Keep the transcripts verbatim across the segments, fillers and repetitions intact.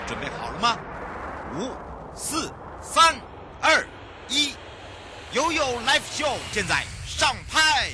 准备好了吗？五、四、三、二、一，悠悠 Live Show 现在上拍。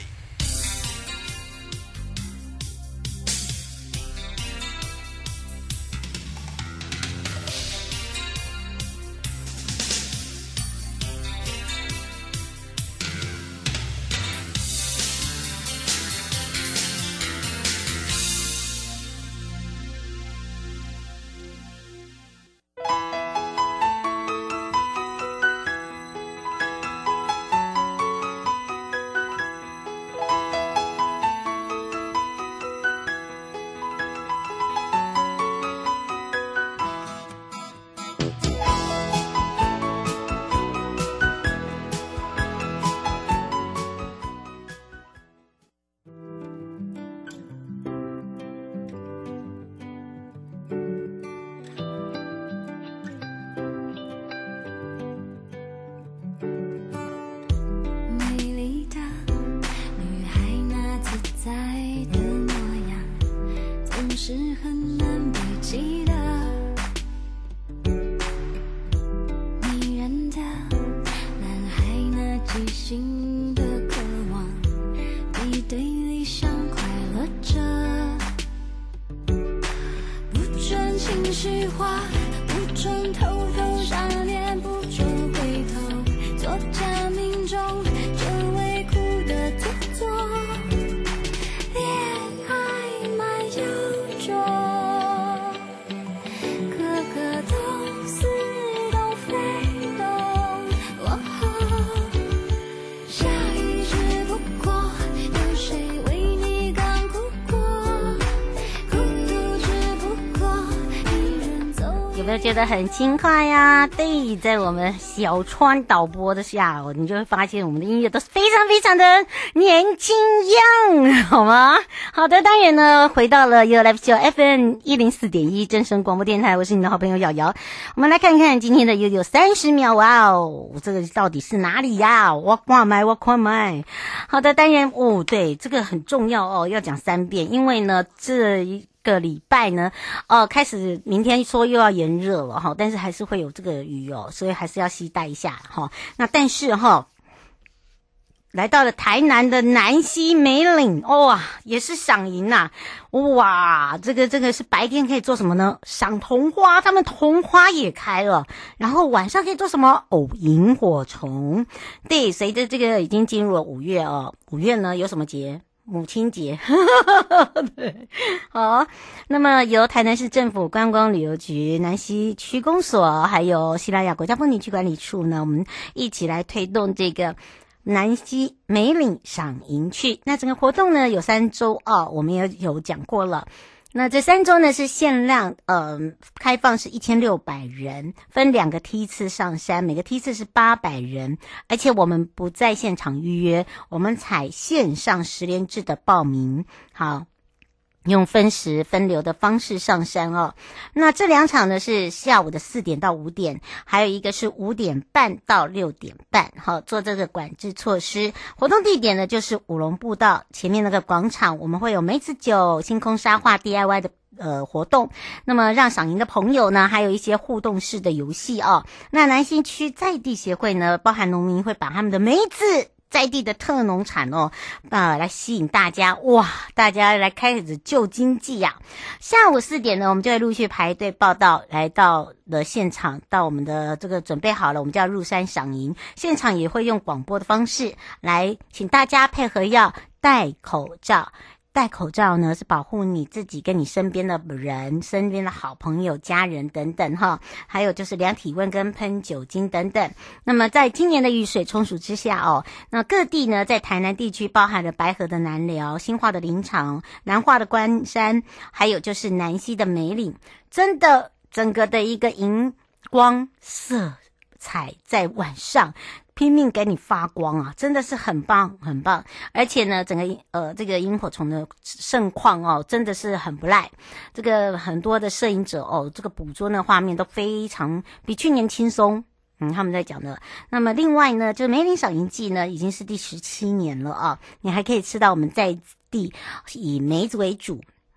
觉得很轻快呀，对，在我们小川导播的下，你就会发现我们的音乐都是非常非常的年轻样，好吗？好的，当然呢，回到了 You Live Show F M 一零四点一 真声广播电台，我是你的好朋友瑶瑶。我们来看看今天的悠悠三十秒，哇哦，这个到底是哪里呀？我挂麦，我挂麦。好的，当然哦，对，这个很重要哦，要讲三遍，因为呢，这一个礼拜呢，呃，开始明天说又要炎热了哈，但是还是会有这个雨哦，所以还是要携带一下哈。那但是哈，来到了台南的南溪梅岭，哇、哦，也是赏萤呐，哇，这个这个是白天可以做什么呢？赏桐花，他们桐花也开了，然后晚上可以做什么？哦，萤火虫。对，随着这个已经进入了五月哦，五月呢有什么节？母亲节。对，好，那么由台南市政府观光旅游局南溪区公所还有西拉雅国家风景区管理处呢，我们一起来推动这个南溪梅岭赏萤趣。那整个活动呢有三周哦，我们也有讲过了。那这三周呢是限量，呃，开放是一千六百人，分两个梯次上山，每个梯次是八百人，而且我们不在现场预约，我们采线上实联制的报名。好，用分时分流的方式上山哦。那这两场呢是下午的四点到五点，还有一个是五点半到六点半，好，做这个管制措施。活动地点呢就是五龙步道前面那个广场，我们会有梅子酒、星空沙画 D I Y 的呃活动，那么让赏萤的朋友呢还有一些互动式的游戏哦。那南溪区在地协会呢，包含农民会把他们的梅子在地的特农产哦，呃，来吸引大家，哇，大家来开始救经济呀、啊！下午四点呢，我们就会陆续排队报到，来到了现场，到我们的这个准备好了，我们就要入山赏萤。现场也会用广播的方式来，请大家配合要戴口罩。戴口罩呢是保护你自己跟你身边的人、身边的好朋友、家人等等哈，还有就是量体温跟喷酒精等等。那么在今年的雨水充足之下哦，那各地呢在台南地区包含了白河的南寮、新化的林场、南化的关山，还有就是南溪的梅岭，真的整个的一个荧光色彩在晚上拼命给你发光啊，真的是很棒很棒。而且呢整个呃这个萤火虫的盛况哦真的是很不赖，这个很多的摄影者哦这个捕捉的画面都非常比去年轻松。嗯，他们在讲的。那么另外呢，就梅岭赏萤季呢已经是第十七年了啊，你还可以吃到我们在地以梅子为主，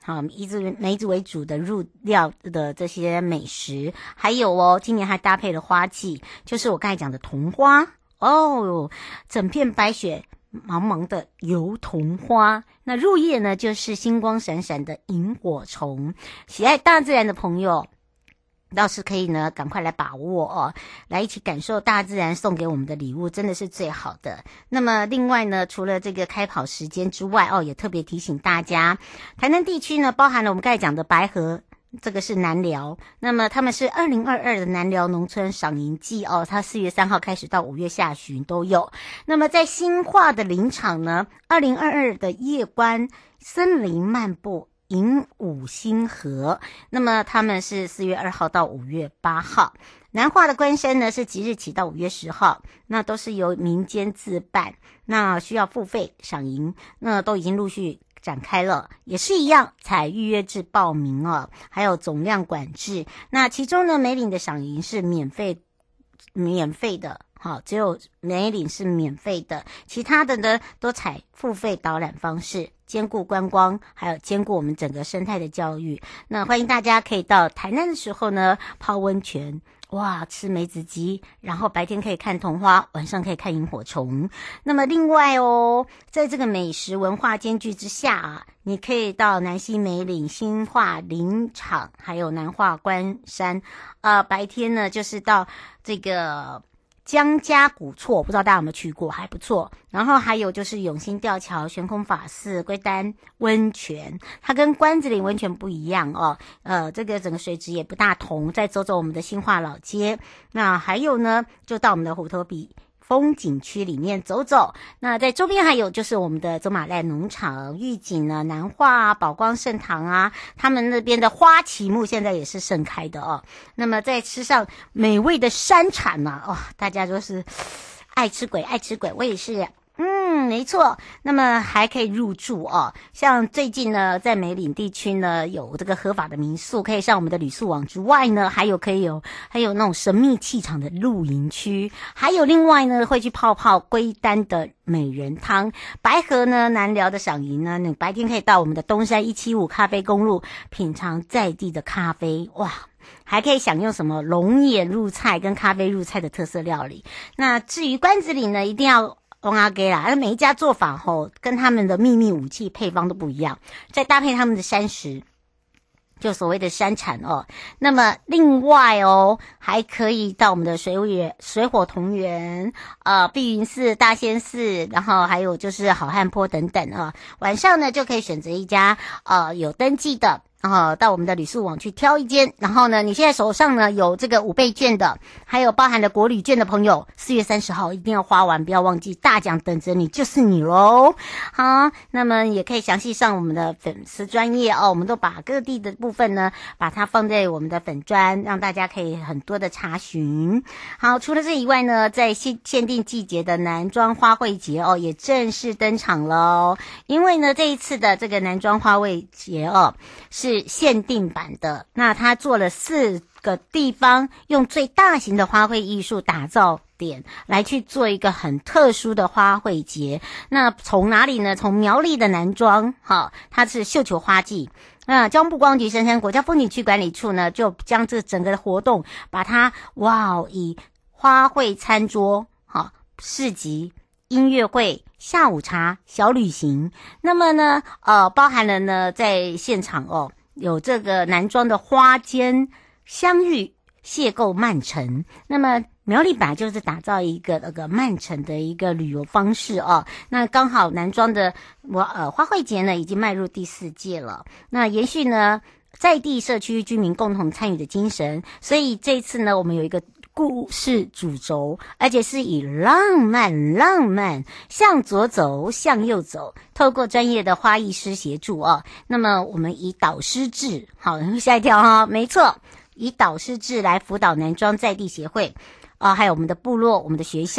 好，以梅子为主的入料的这些美食，还有哦，今年还搭配了花季，就是我刚才讲的桐花哦，整片白雪茫茫的油桐花。那入夜呢，就是星光闪闪的萤火虫。喜爱大自然的朋友倒是可以呢，赶快来把握哦，来一起感受大自然送给我们的礼物，真的是最好的。那么另外呢，除了这个开跑时间之外哦，也特别提醒大家，台南地区呢，包含了我们刚才讲的白河，这个是南寮，那么他们是二零二二的南寮农村赏萤季哦，它四月三号开始到五月下旬都有。那么在新化的林场呢，二零二二的夜观森林漫步迎五星河，那么他们是四月二号到五月八号。南化的关山呢是即日起到五月十号，那都是由民间自办，那需要付费赏萤，那都已经陆续展开了，也是一样采预约制报名哦，还有总量管制。那其中呢，梅岭的赏萤是免费免费的，好，只有梅岭是免费的，其他的呢都采付费导览方式，兼顾观光，还有兼顾我们整个生态的教育。那欢迎大家可以到台南的时候呢，泡温泉，哇，吃梅子鸡，然后白天可以看桐花，晚上可以看萤火虫。那么另外哦，在这个美食文化兼具之下啊，你可以到南溪梅岭、新化林场，还有南化关山。呃，白天呢就是到这个江家古厝，不知道大家有没有去过，还不错。然后还有就是永兴吊桥、悬空法寺、龟丹温泉，它跟关子岭温泉不一样哦。呃，这个整个水质也不大同。再走走我们的新化老街，那还有呢，就到我们的虎头鼻风景区里面走走。那在周边还有就是我们的走马濑农场、玉井呢、南化、宝光盛堂啊，他们那边的花旗木现在也是盛开的哦。那么再吃上美味的山产嘛，哦，大家都是爱吃鬼爱吃鬼，我也是。嗯，没错。那么还可以入住哦，像最近呢，在梅岭地区呢，有这个合法的民宿，可以上我们的旅宿网之外呢，还有可以有还有那种神秘气场的露营区，还有另外呢，会去泡泡龟丹的美人汤。白河呢，南寮的赏萤呢，你白天可以到我们的东山一七五咖啡公路品尝在地的咖啡，哇！还可以享用什么龙眼入菜跟咖啡入菜的特色料理。那至于关子岭呢，一定要翁阿给啦，每一家做法后跟他们的秘密武器配方都不一样，再搭配他们的山石，就所谓的山产哦。那么另外哦，还可以到我们的水尾水火同源、呃碧云寺、大仙寺，然后还有就是好汉坡等等啊。晚上呢就可以选择一家呃有登记的。然后到我们的旅宿网去挑一间，然后呢，你现在手上呢有这个五倍券的，还有包含了国旅券的朋友，四月三十号一定要花完，不要忘记，大奖等着你，就是你咯。好，那么也可以详细上我们的粉丝专页哦，我们都把各地的部分呢，把它放在我们的粉专，让大家可以很多的查询。好，除了这以外呢，在限限定季节的南庄花卉节哦，也正式登场了。因为呢，这一次的这个南庄花卉节哦，是是限定版的，那他做了四个地方，用最大型的花卉艺术打造点来去做一个很特殊的花卉节。那从哪里呢？从苗栗的南庄，好，它是绣球花季。那交通部观光局深山国家风景区管理处呢，就将这整个活动把它哇，以花卉餐桌、好市集、音乐会、下午茶、小旅行，那么呢，呃，包含了呢，在现场哦，有这个南庄的花间相遇邂逅慢城。那么苗栗本来就是打造一个那个慢城的一个旅游方式哦。那刚好南庄的我呃花卉节呢，已经迈入第四届了。那延续呢在地社区居民共同参与的精神，所以这次呢，我们有一个故事主轴，而且是以浪漫浪漫向左走向右走，透过专业的花艺师协助哦。那么我们以导师制，好，吓一跳哈，没错，以导师制来辅导南庄在地协会啊、呃，还有我们的部落、我们的学校，发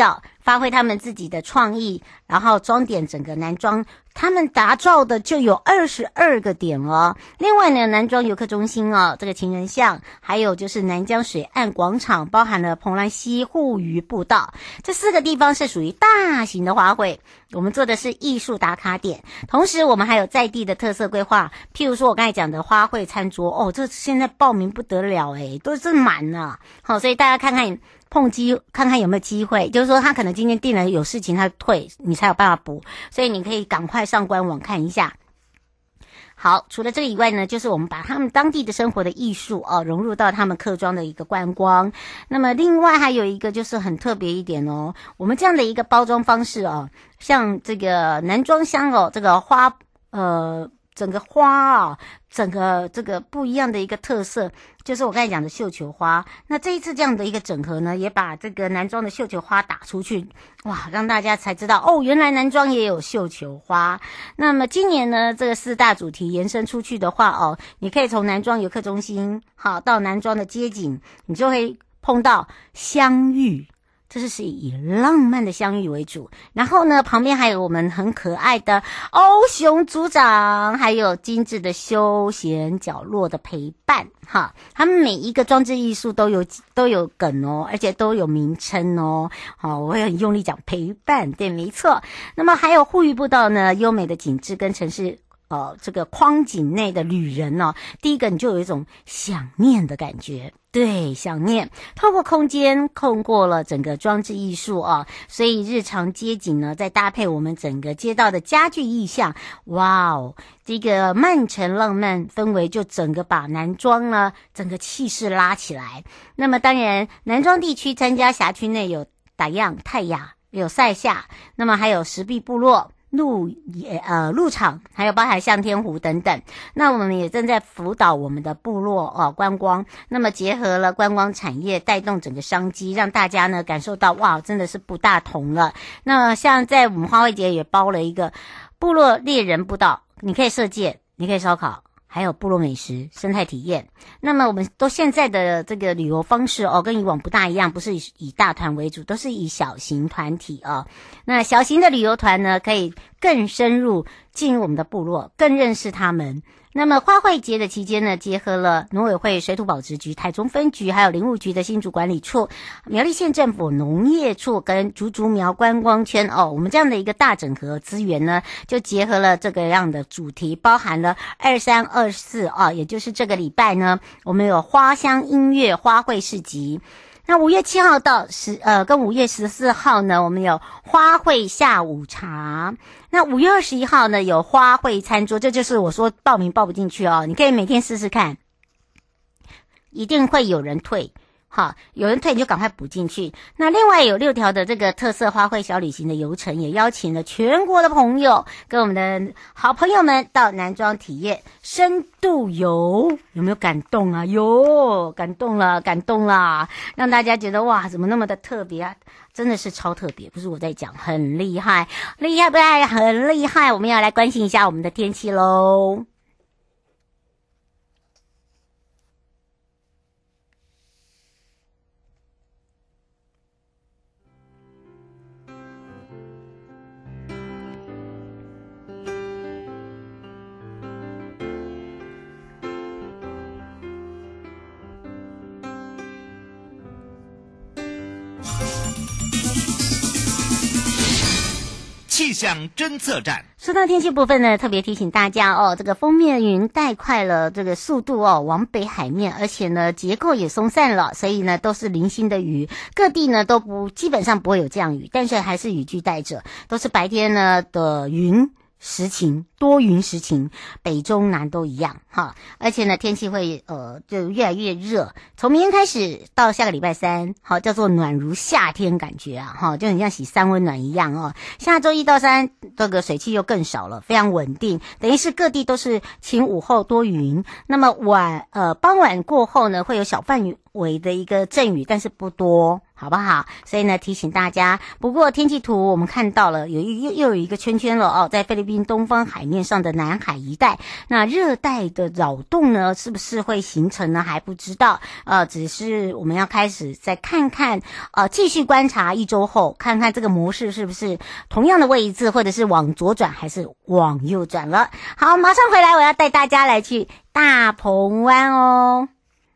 发挥他们自己的创意，然后装点整个南庄。他们打造的就有二十二个点哦。另外呢，南庄游客中心哦，这个情人巷，还有就是南江水岸广场，包含了蓬莱溪护渔步道，这四个地方是属于大型的花卉。我们做的是艺术打卡点，同时我们还有在地的特色规划，譬如说我刚才讲的花卉餐桌哦，这现在报名不得了诶，都是满了。好，所以大家看看碰机，看看有没有机会，就是说他可能今天订了有事情他退，你才有办法补，所以你可以赶快上官网看一下。好，除了这个以外呢，就是我们把他们当地的生活的艺术哦融入到他们客庄的一个观光。那么另外还有一个就是很特别一点哦，我们这样的一个包装方式哦，像这个南庄乡哦，这个花呃整个花啊、哦，整个这个不一样的一个特色，就是我刚才讲的绣球花。那这一次这样的一个整合呢，也把这个南庄的绣球花打出去，哇，让大家才知道哦，原来南庄也有绣球花。那么今年呢，这个四大主题延伸出去的话哦，你可以从南庄游客中心好到南庄的街景，你就会碰到相遇。这是以浪漫的相遇为主，然后呢，旁边还有我们很可爱的欧熊组长，还有精致的休闲角落的陪伴哈。他们每一个装置艺术都有都有梗哦，而且都有名称哦。好，我会很用力讲陪伴，对，没错。那么还有护渔步道呢，优美的景致跟城市呃这个框景内的旅人哦，第一个你就有一种想念的感觉。对，想念透过空间控过了整个装置艺术啊，所以日常街景呢，再搭配我们整个街道的家具意象，哇哦，这个曼城浪漫氛围就整个把南庄呢整个气势拉起来。那么当然，南庄地区参加辖区内有打样、泰雅，有塞夏，那么还有石壁部落。鹿也呃鹿场，还有包含向天湖等等。那我们也正在辅导我们的部落哦观光，那么结合了观光产业，带动整个商机，让大家呢感受到哇，真的是不大同了。那像在我们花卉节也包了一个部落猎人步道，你可以射箭，你可以烧烤。还有部落美食、生态体验。那么我们都现在的这个旅游方式哦，跟以往不大一样，不是以以大团为主，都是以小型团体哦。那小型的旅游团呢，可以更深入进入我们的部落，更认识他们。那么花卉节的期间呢，结合了农委会水土保持局台中分局，还有林务局的新竹管理处、苗栗县政府农业处跟竹竹苗观光圈哦，我们这样的一个大整合资源呢，就结合了这个样的主题，包含了二三二四啊，也就是这个礼拜呢，我们有花香音乐花卉市集。那五月七号到十呃，跟五月十四号呢，我们有花卉下午茶。那五月二十一号呢，有花卉餐桌，这就是我说报名报不进去哦，你可以每天试试看，一定会有人退。好，有人退你就赶快补进去。那另外有六条的这个特色花卉小旅行的游程，也邀请了全国的朋友跟我们的好朋友们到南庄体验深度游，有没有感动啊？有，感动了，感动了，让大家觉得哇，怎么那么的特别啊？真的是超特别，不是我在讲，很厉害，厉害不厉害？很厉害。我们要来关心一下我们的天气咯。 气象侦测站。 说到天气部分呢，特别提醒大家哦，这个锋面云带快了这个速度哦，往北海面，而且呢结构也松散了，所以呢都是零星的雨，各地呢都不基本上不会有降雨，但是还是雨具带着，都是白天呢的云时晴，多云时晴，北中南都一样哈，而且呢天气会呃就越来越热，从明天开始到下个礼拜三，好叫做暖如夏天感觉啊哈，就很像洗三温暖一样哦。下周一到三这个水汽又更少了，非常稳定，等于是各地都是晴午后多云，那么晚呃傍晚过后呢会有小范围的一个阵雨，但是不多。好不好？所以呢，提醒大家。不过天气图我们看到了，有一又又有一个圈圈了哦，在菲律宾东方海面上的南海一带。那热带的扰动呢，是不是会形成呢？还不知道，呃，只是我们要开始再看看，呃，继续观察一周后，看看这个模式是不是同样的位置，或者是往左转还是往右转了。好，马上回来，我要带大家来去大鹏湾哦。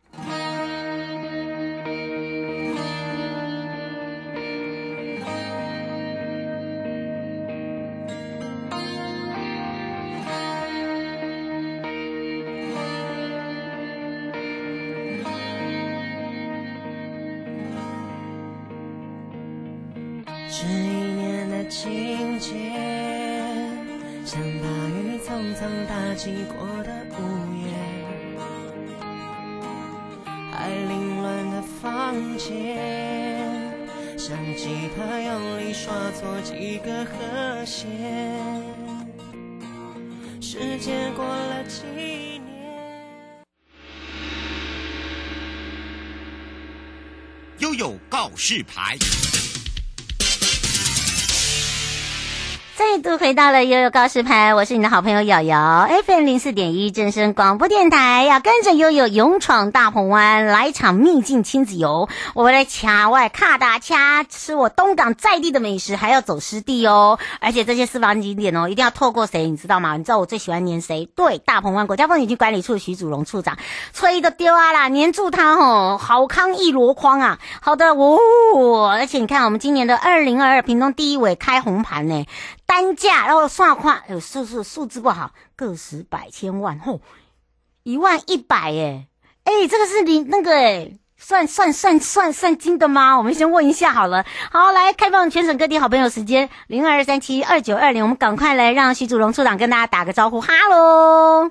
是一年的情节，像大雨匆匆打击过的午夜，还凌乱的房间，像吉他用力刷错几个和弦，时间过了几年。 悠悠告示牌。 再度回到了悠悠告示牌，我是你的好朋友瑶瑶 ，F M 零四点一正声广播电台，要跟着悠悠勇闯大鹏湾，来一场秘境亲子游。我们来卡外卡达掐吃我东港在地的美食，还要走湿地哦。而且这些私房景点哦，一定要透过谁，你知道吗？你知道我最喜欢黏谁？对，大鹏湾国家风景区管理处徐祖荣处长，吹的丢啊啦，黏住他哦，好康一箩筐啊！好的，哦，而且你看，我们今年的二零二二屏东第一尾开红盘呢。单价，然后算款，哎呦，数数数字不好，个十百千万，吼，一万一百耶，哎，这个是你那个哎，算算算算算金的吗？我们先问一下好了。好，来开放全省各地好朋友时间零二三七二九二零，我们赶快来让徐祖荣处长跟大家打个招呼，哈喽。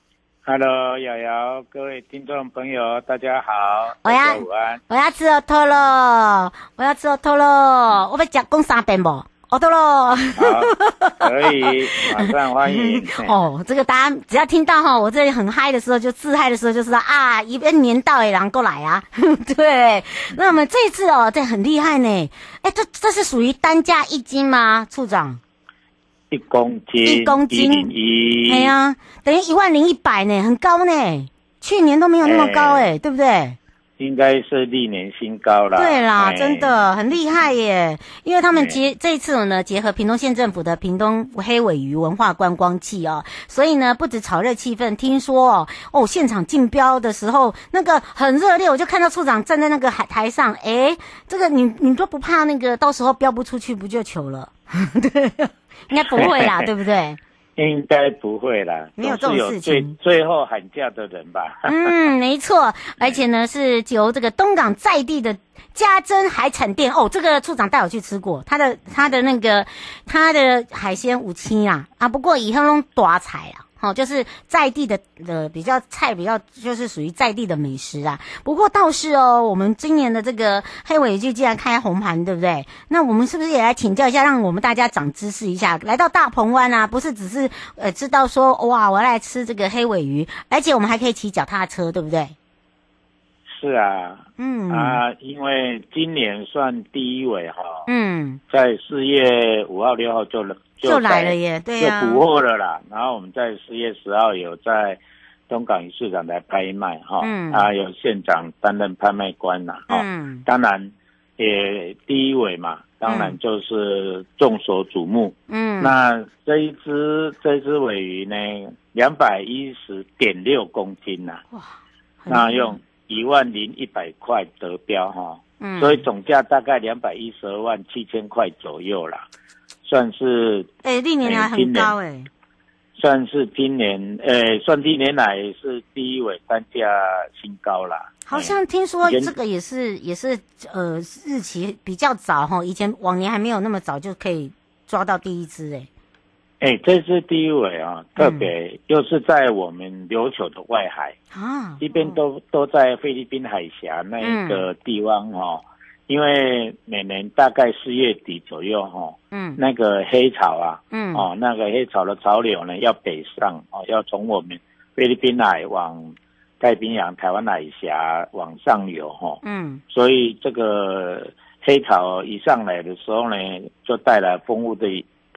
Hello， 瑶瑶，各位听众朋友，大家好， 我要午安， 我要吃奥托了，我要吃奥托了，我要讲讲三遍不？哦，对咯， 好，可以，马上欢迎。 哦，这个大家只要听到哈，我这里很嗨的时候，就自嗨的时候，就知道啊，一边年到诶，然过来啊，对。那我们这一次哦，这很厉害呢，哎，这这是属于单价一斤吗，处长？ 一公斤， 一公斤， 一， 哎呀，等于一万零一百呢，很高呢，去年都没有那么高哎，欸，对不对？ 应该是历年新高啦。 对啦，真的很厉害耶！因为他们结这一次呢，结合屏东县政府的屏东黑尾鱼文化观光季哦，所以呢，不止炒热气氛，听说哦，哦，现场竞标的时候那个很热烈，我就看到处长站在那个海台上，诶，这个你你都不怕那个到时候标不出去不就糗了？对，应该不会啦，对不对？ 应该不会啦， 没有这种事情。 最最后喊价的人吧。 嗯，没错，而且呢是由这个东港在地的家珍海产店哦，这个处长带我去吃过，他的他的那个他的海鲜五七啊啊，不过以后用大菜啊。好，就是在地的的比较菜，比较就是属于在地的美食啊。不过倒是哦，我们今年的这个黑尾鱼既然开红盘，对不对？那我们是不是也来请教一下，让我们大家长知识一下？来到大鹏湾啊，不是只是呃知道说哇，我要来吃这个黑尾鱼，而且我们还可以骑脚踏车，对不对？ 是啊， 嗯啊，因为今年算第一尾哈， 嗯， 在四月五号、六号就了。 就, 就来了耶，对呀、啊， 就捕获了啦。然后我们在四月十号有在东港鱼市场来拍卖哈，嗯，啊有县长担任拍卖官啦，哈，嗯，当然也第一尾嘛，当然就是众所瞩目，嗯，那这一只这一只尾鱼呢，两百一十点六公斤呐，哇，那用一万零一百块得标哈，嗯，所以总价大概两百一十二万七千块左右啦。算是哎，历年来很高哎， 算是今年呃，算历年来是第一尾单价新高啦。 好像听说这个也是也是呃日期比较早哈，以前往年还没有那么早就可以抓到第一只哎。 哎，这只第一尾啊，特别、嗯、又是在我们琉球的外海啊，这边都、哦、都在菲律宾海峡那个地方哦。嗯，因为每年大概四月底左右哈，嗯，那个黑潮啊，嗯，哦，那个黑潮的潮流呢要北上哦，要从我们菲律宾海往太平洋、台湾海峡往上游哈，嗯，所以这个黑潮一上来的时候呢，就带来丰富的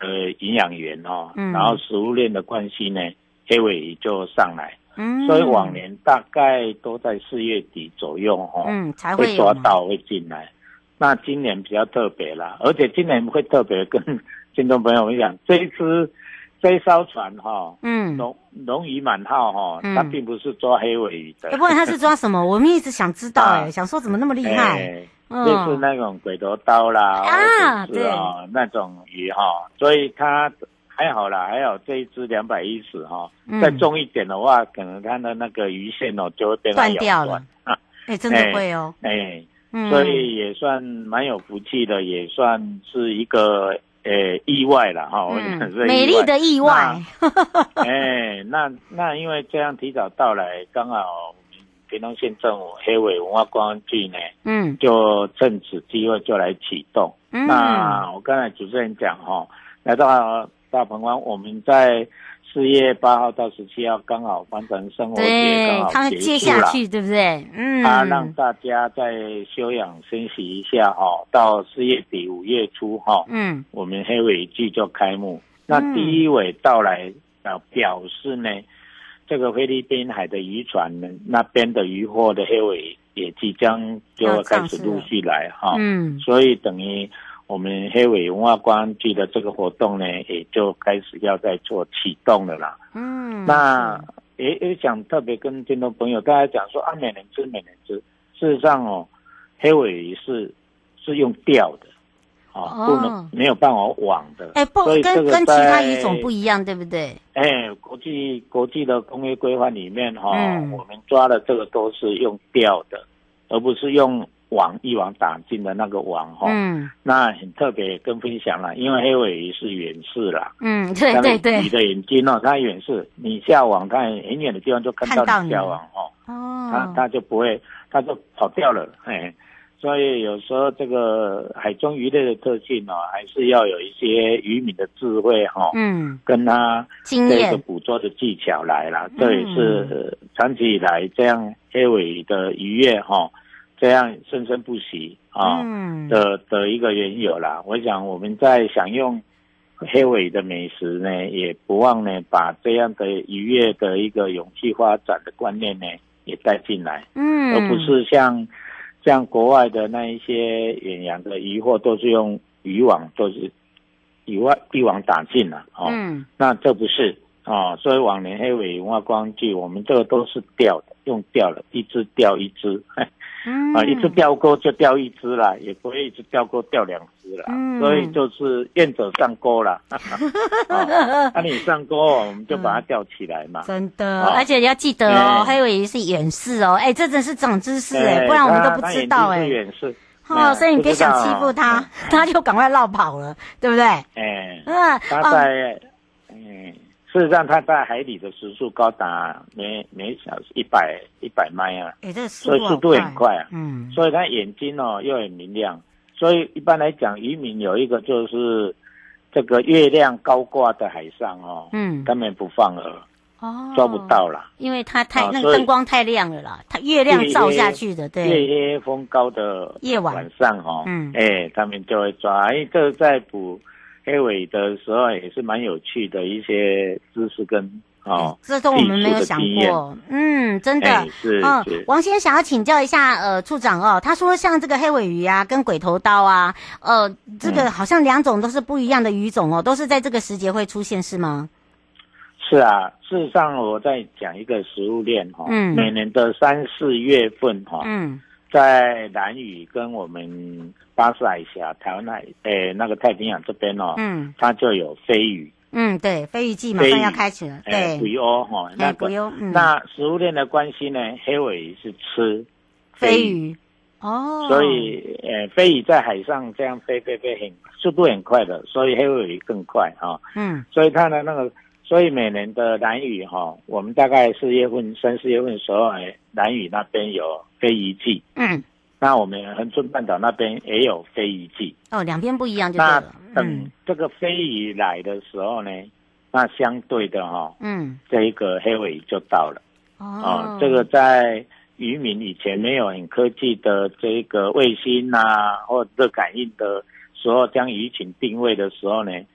的营养源哦，嗯，然后食物链的关系呢，黑鮪鱼就上来。嗯，所以往年大概都在四月底左右哦， 嗯，才会会抓到会进来。那今年比较特别啦，而且今年会特别跟听众朋友们讲，这一支这一艘船哈，嗯，龙龙鱼满号哈，嗯，它并不是抓黑鮪鱼的， 要不然它是抓什么？我们一直想知道哎、欸啊，想说怎么那么厉害。欸嗯、就是那种鬼头刀啦，啊，对啊，那种鱼哈，所以它还好啦，还好这一只两百一十哈，再重一点的话，可能它的那个鱼线哦就会被它断掉了。哎、欸，真的会哦。 哎、欸嗯，所以也算蛮有福气的，也算是一个呃、欸、意外了哈，我想是美丽的意外。 哎、欸，那那因为这样提早到来，刚好我们屏东县政府黑鮪文化观光局呢，嗯，就趁此机会就来启动。嗯，那我刚才主持人讲哈，来到大鹏湾，我们在四月八号到十七号刚好完成生活节，刚好结束了， 接下去对不对？嗯， 他让大家再休养生息一下哈，到四月底五月初哈，嗯，我们黑鮪季就开幕。那第一尾到来啊，表示呢，这个菲律宾海的渔船呢，那边的渔获的黑鮪也即将就会开始陆续来哈，嗯，所以等于我们黑鮪文化观光局的这个活动呢，也就开始要在做启动了啦。嗯，那也也想特别跟听众朋友大家讲说啊，每人吃每人吃。事实上哦，黑鮪鱼是是用钓的，哦，不能没有办法网的。 哎、欸，不，跟跟其他鱼种不一样，对不对？ 哎、欸，国际国际的工业规范里面哈、哦嗯，我们抓的这个都是用钓的，而不是用网一网打尽的那个网哈、哦。嗯，那很特别跟分享了，因为黑鮪鱼是远视啦。 嗯，对对对。 你的眼睛哦，它远视，你下网它很远的地方就看到你下网哦。哦。它它就不会，它就跑掉了，哎。所以有时候这个海中鱼类的特性哦，还是要有一些渔民的智慧哈、哦，嗯，跟他这个捕捉的技巧来啦。这也是长期以来这样黑鮪鱼的渔业哈、哦，这样生生不息啊、嗯、的的一个缘由啦。我想我们在享用黑鮪鱼的美食呢，也不忘呢把这样的渔业的一个永续发展的观念呢也带进来，嗯，而不是像。像国外的那一些远洋的渔获都是用渔网，都是一网一网打尽了哦。嗯，那这不是哦，所以往年黑鮪文化观光局我们这个都是钓的，用钓的，一只钓一只，嗯、啊，一次钓钩就钓一只啦，也不会一直钓钩钓两只啦。嗯，所以就是愿者上钩啦。那、哦啊、你上钩，我们就把它钓起来嘛。 嗯、真的、哦，而且要记得哦，黑鮪鱼是远视哦，哎，这真是长知识哎，不然我们都不知道哎。 远视。 哦，所以你别想欺负他，他就赶快绕跑了，对不对？ 哎，嗯，他在，嗯。事实上，它在海里的时速高达每每小时一百一百迈啊， 欸、这所以速度很快啊。嗯，所以它眼睛哦又很明亮，所以一般来讲，渔民有一个就是这个月亮高挂的海上哦，嗯，根本不放饵，哦，抓不到啦， 因为它太、哦、那个灯光太亮了啦，它月亮照下去的，对， 月黑风高的夜晚晚上哦，嗯，哎、欸，他们就会抓，因为这在捕黑鮪的时候也是蛮有趣的一些知识跟哦， 这都我们没有想过，嗯，真的， 欸、是嗯，王先生想要请教一下呃处长哦，他说像这个黑鮪鱼啊跟鬼头刀啊，呃，这个好像两种都是不一样的鱼种哦，都是在这个时节会出现是吗？ 是啊，事实上我在讲一个食物链哈、哦，嗯，每年的三四月份哈、哦，嗯。在兰屿跟我们巴士海峡、台湾海诶那个太平洋这边哦，嗯，它就有飞鱼， 嗯，对，飞鱼季马上要开始了，对， 鬼鸥哈，那个，嗯、那食物链的关系呢，黑鮪鱼是吃飞鱼，哦， 所以呃，飞鱼在海上这样飞飞飞很速度很快的，所以黑鮪鱼更快哈、哦，嗯，所以它的那个。所以每年的兰屿哈，我们大概四月份、三四月份的时候，哎，兰屿那边有飞鱼季。嗯，那我们恒春半岛那边也有飞鱼季。 哦，两边不一样就对了。 那等这个飞鱼来的时候呢，那相对的哈，嗯，这一个黑鮪鱼就到了。哦，哦这个在渔民以前没有很科技的这个卫星啊，或者感应的时候，将鱼群定位的时候呢。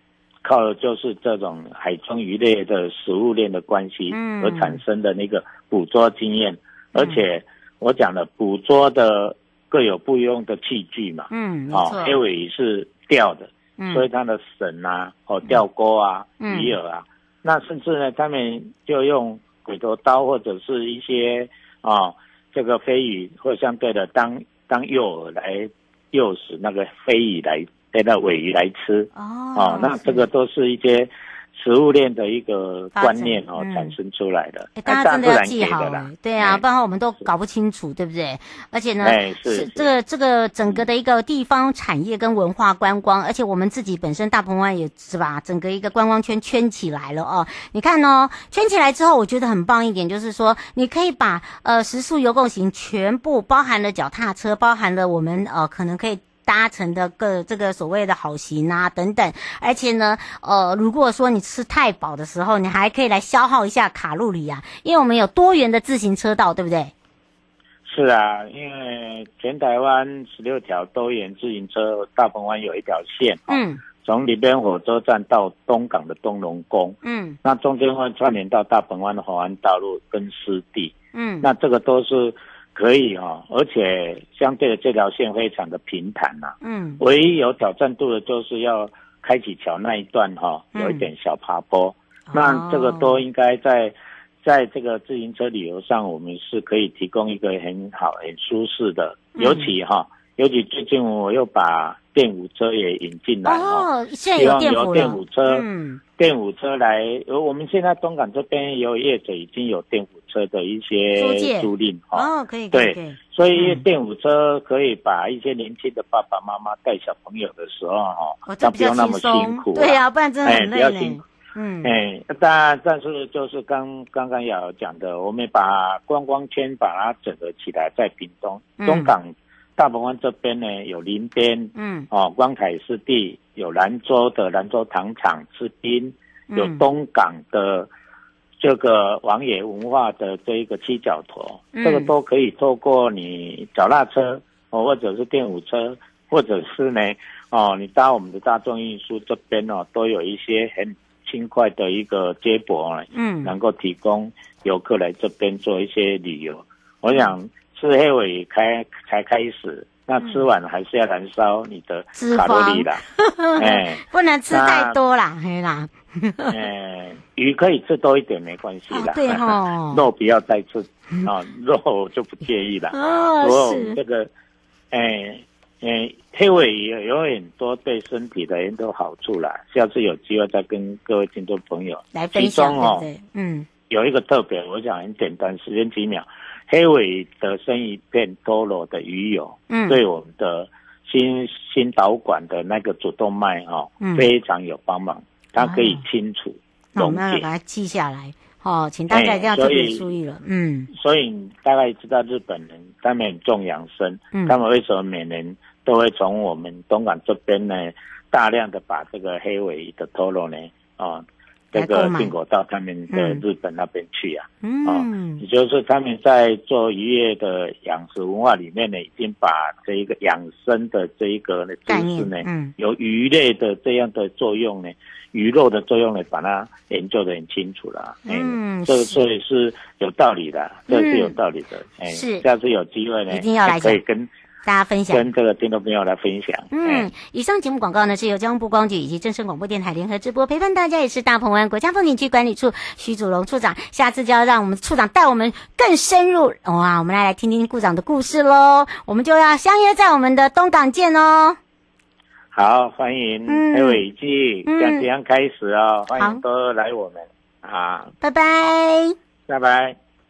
靠的就是这种海中鱼类的食物链的关系而产生的那个捕捉经验，嗯、而且我讲了捕捉的各有不用的器具嘛， 嗯， 哦，黑尾鱼是钓的，嗯、所以它的绳啊，哦，钓钩啊，嗯、鱼饵啊，那甚至呢，他们就用鬼头刀或者是一些哦，这个飞鱼或相对的当当诱饵来诱使那个飞鱼来。那尾鱼来吃哦，哦，那这个都是一些食物链的一个观念哦、嗯、产生出来的。 哎，大家真的要记好了，对啊，不然我们都搞不清楚，对不对？而且呢， 哎、是, 是这个这个整个的一个地方产业跟文化观光，而且我们自己本身大鹏湾也是吧，整个一个观光圈圈起来了哦。你看哦，圈起来之后，我觉得很棒一点，就是说你可以把呃食宿游购行全部包含了脚踏车，包含了我们呃可能可以搭乘的个这个所谓的好行啊等等，而且呢，呃，如果说你吃太饱的时候，你还可以来消耗一下卡路里啊，因为我们有多元的自行车道，对不对？ 是啊，因为全台湾十六条多元自行车，大鹏湾有一条线，嗯，从里边火车站到东港的东龙宫，嗯，那中间会串联到大鹏湾的华安道路跟湿地，嗯，那这个都是。可以哈、哦，而且相对的这条线非常的平坦呐、啊。嗯，唯一有挑战度的就是要开启桥那一段哈、哦，有一点小爬坡。嗯、那这个都应该在在这个自行车旅游上，我们是可以提供一个很好、很舒适的。嗯、尤其哈、哦，尤其最近我又把电舞车也引进来哦，哦现在有电有电舞车，嗯，电舞车来，我们现在东港这边有业者已经有电舞车的一些租赁哦，可以， 对， 可以所以电舞车可以把一些年轻的爸爸妈妈带小朋友的时候哈，那、哦、不用那么辛苦、啊， 对呀、啊，不然真的很累呢。 哎、比较辛苦嗯，哎，但但是就是刚刚刚要讲的，我们把观光圈把它整合起来，在屏东、嗯、东港。大鹏湾这边呢有林边，嗯，哦，光凯湿地，有兰州的兰州糖厂吃冰，嗯、有东港的这个王爷文化的这一个七角头，嗯、这个都可以透过你脚踏车哦，或者是电舞车，或者是呢哦，你搭我们的大众运输这边哦，都有一些很轻快的一个接驳，嗯，能够提供游客来这边做一些旅游。我想。吃黑尾开才开始，那吃完还是要燃烧你的卡路里啦， 哎，不能吃太多啦，嘿啦， 哎，鱼可以吃多一点没关系啦， 哦对哦， 肉不要再吃啊、哦，肉就不介意了。 哦，是这个，哎哎，黑尾鱼有很多对身体的很多好处啦，下次有机会再跟各位听众朋友来分享， 其中哦， 对对嗯， 有一个特别，我想很简单，时间几秒。黑尾的生鱼片多罗的鱼油，嗯，对我们的心心导管的那个主动脉哦，嗯、非常有帮忙，它可以清除溶解。 那我们把它记下来哦，请大家一定要特别注意了。嗯， 所以你大概知道日本人他们很重养生，嗯，他们为什么每年都会从我们东港这边呢，大量的把这个黑尾的多罗呢，哦。这个进口到他们的日本那边去啊，嗯，哦，也就是他们在做渔业的养殖文化里面呢，已经把这一个养生的这一个知识呢，嗯，有鱼类的这样的作用呢，鱼肉的作用呢，把它研究得很清楚了，嗯，这个所以是有道理的，这是有道理的，哎，是，下次有机会呢， 一定要来可以跟。 大家分享， 跟这个听众朋友来分享。 嗯，以上节目广告呢是由交通部光局以及正声广播电台联合直播，陪伴大家也是大鹏湾国家风景区管理处徐祖龙处长。下次就要让我们处长带我们更深入，哇，我们来来听听处长的故事喽。我们就要相约在我们的东港见哦。 好，欢迎黑尾季，像这样开始哦，欢迎都来我们啊， 拜拜， 拜拜。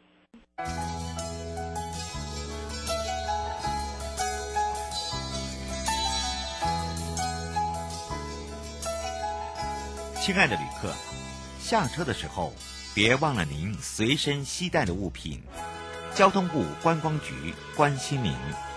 亲爱的旅客，下车的时候别忘了您随身携带的物品。交通部观光局关心您。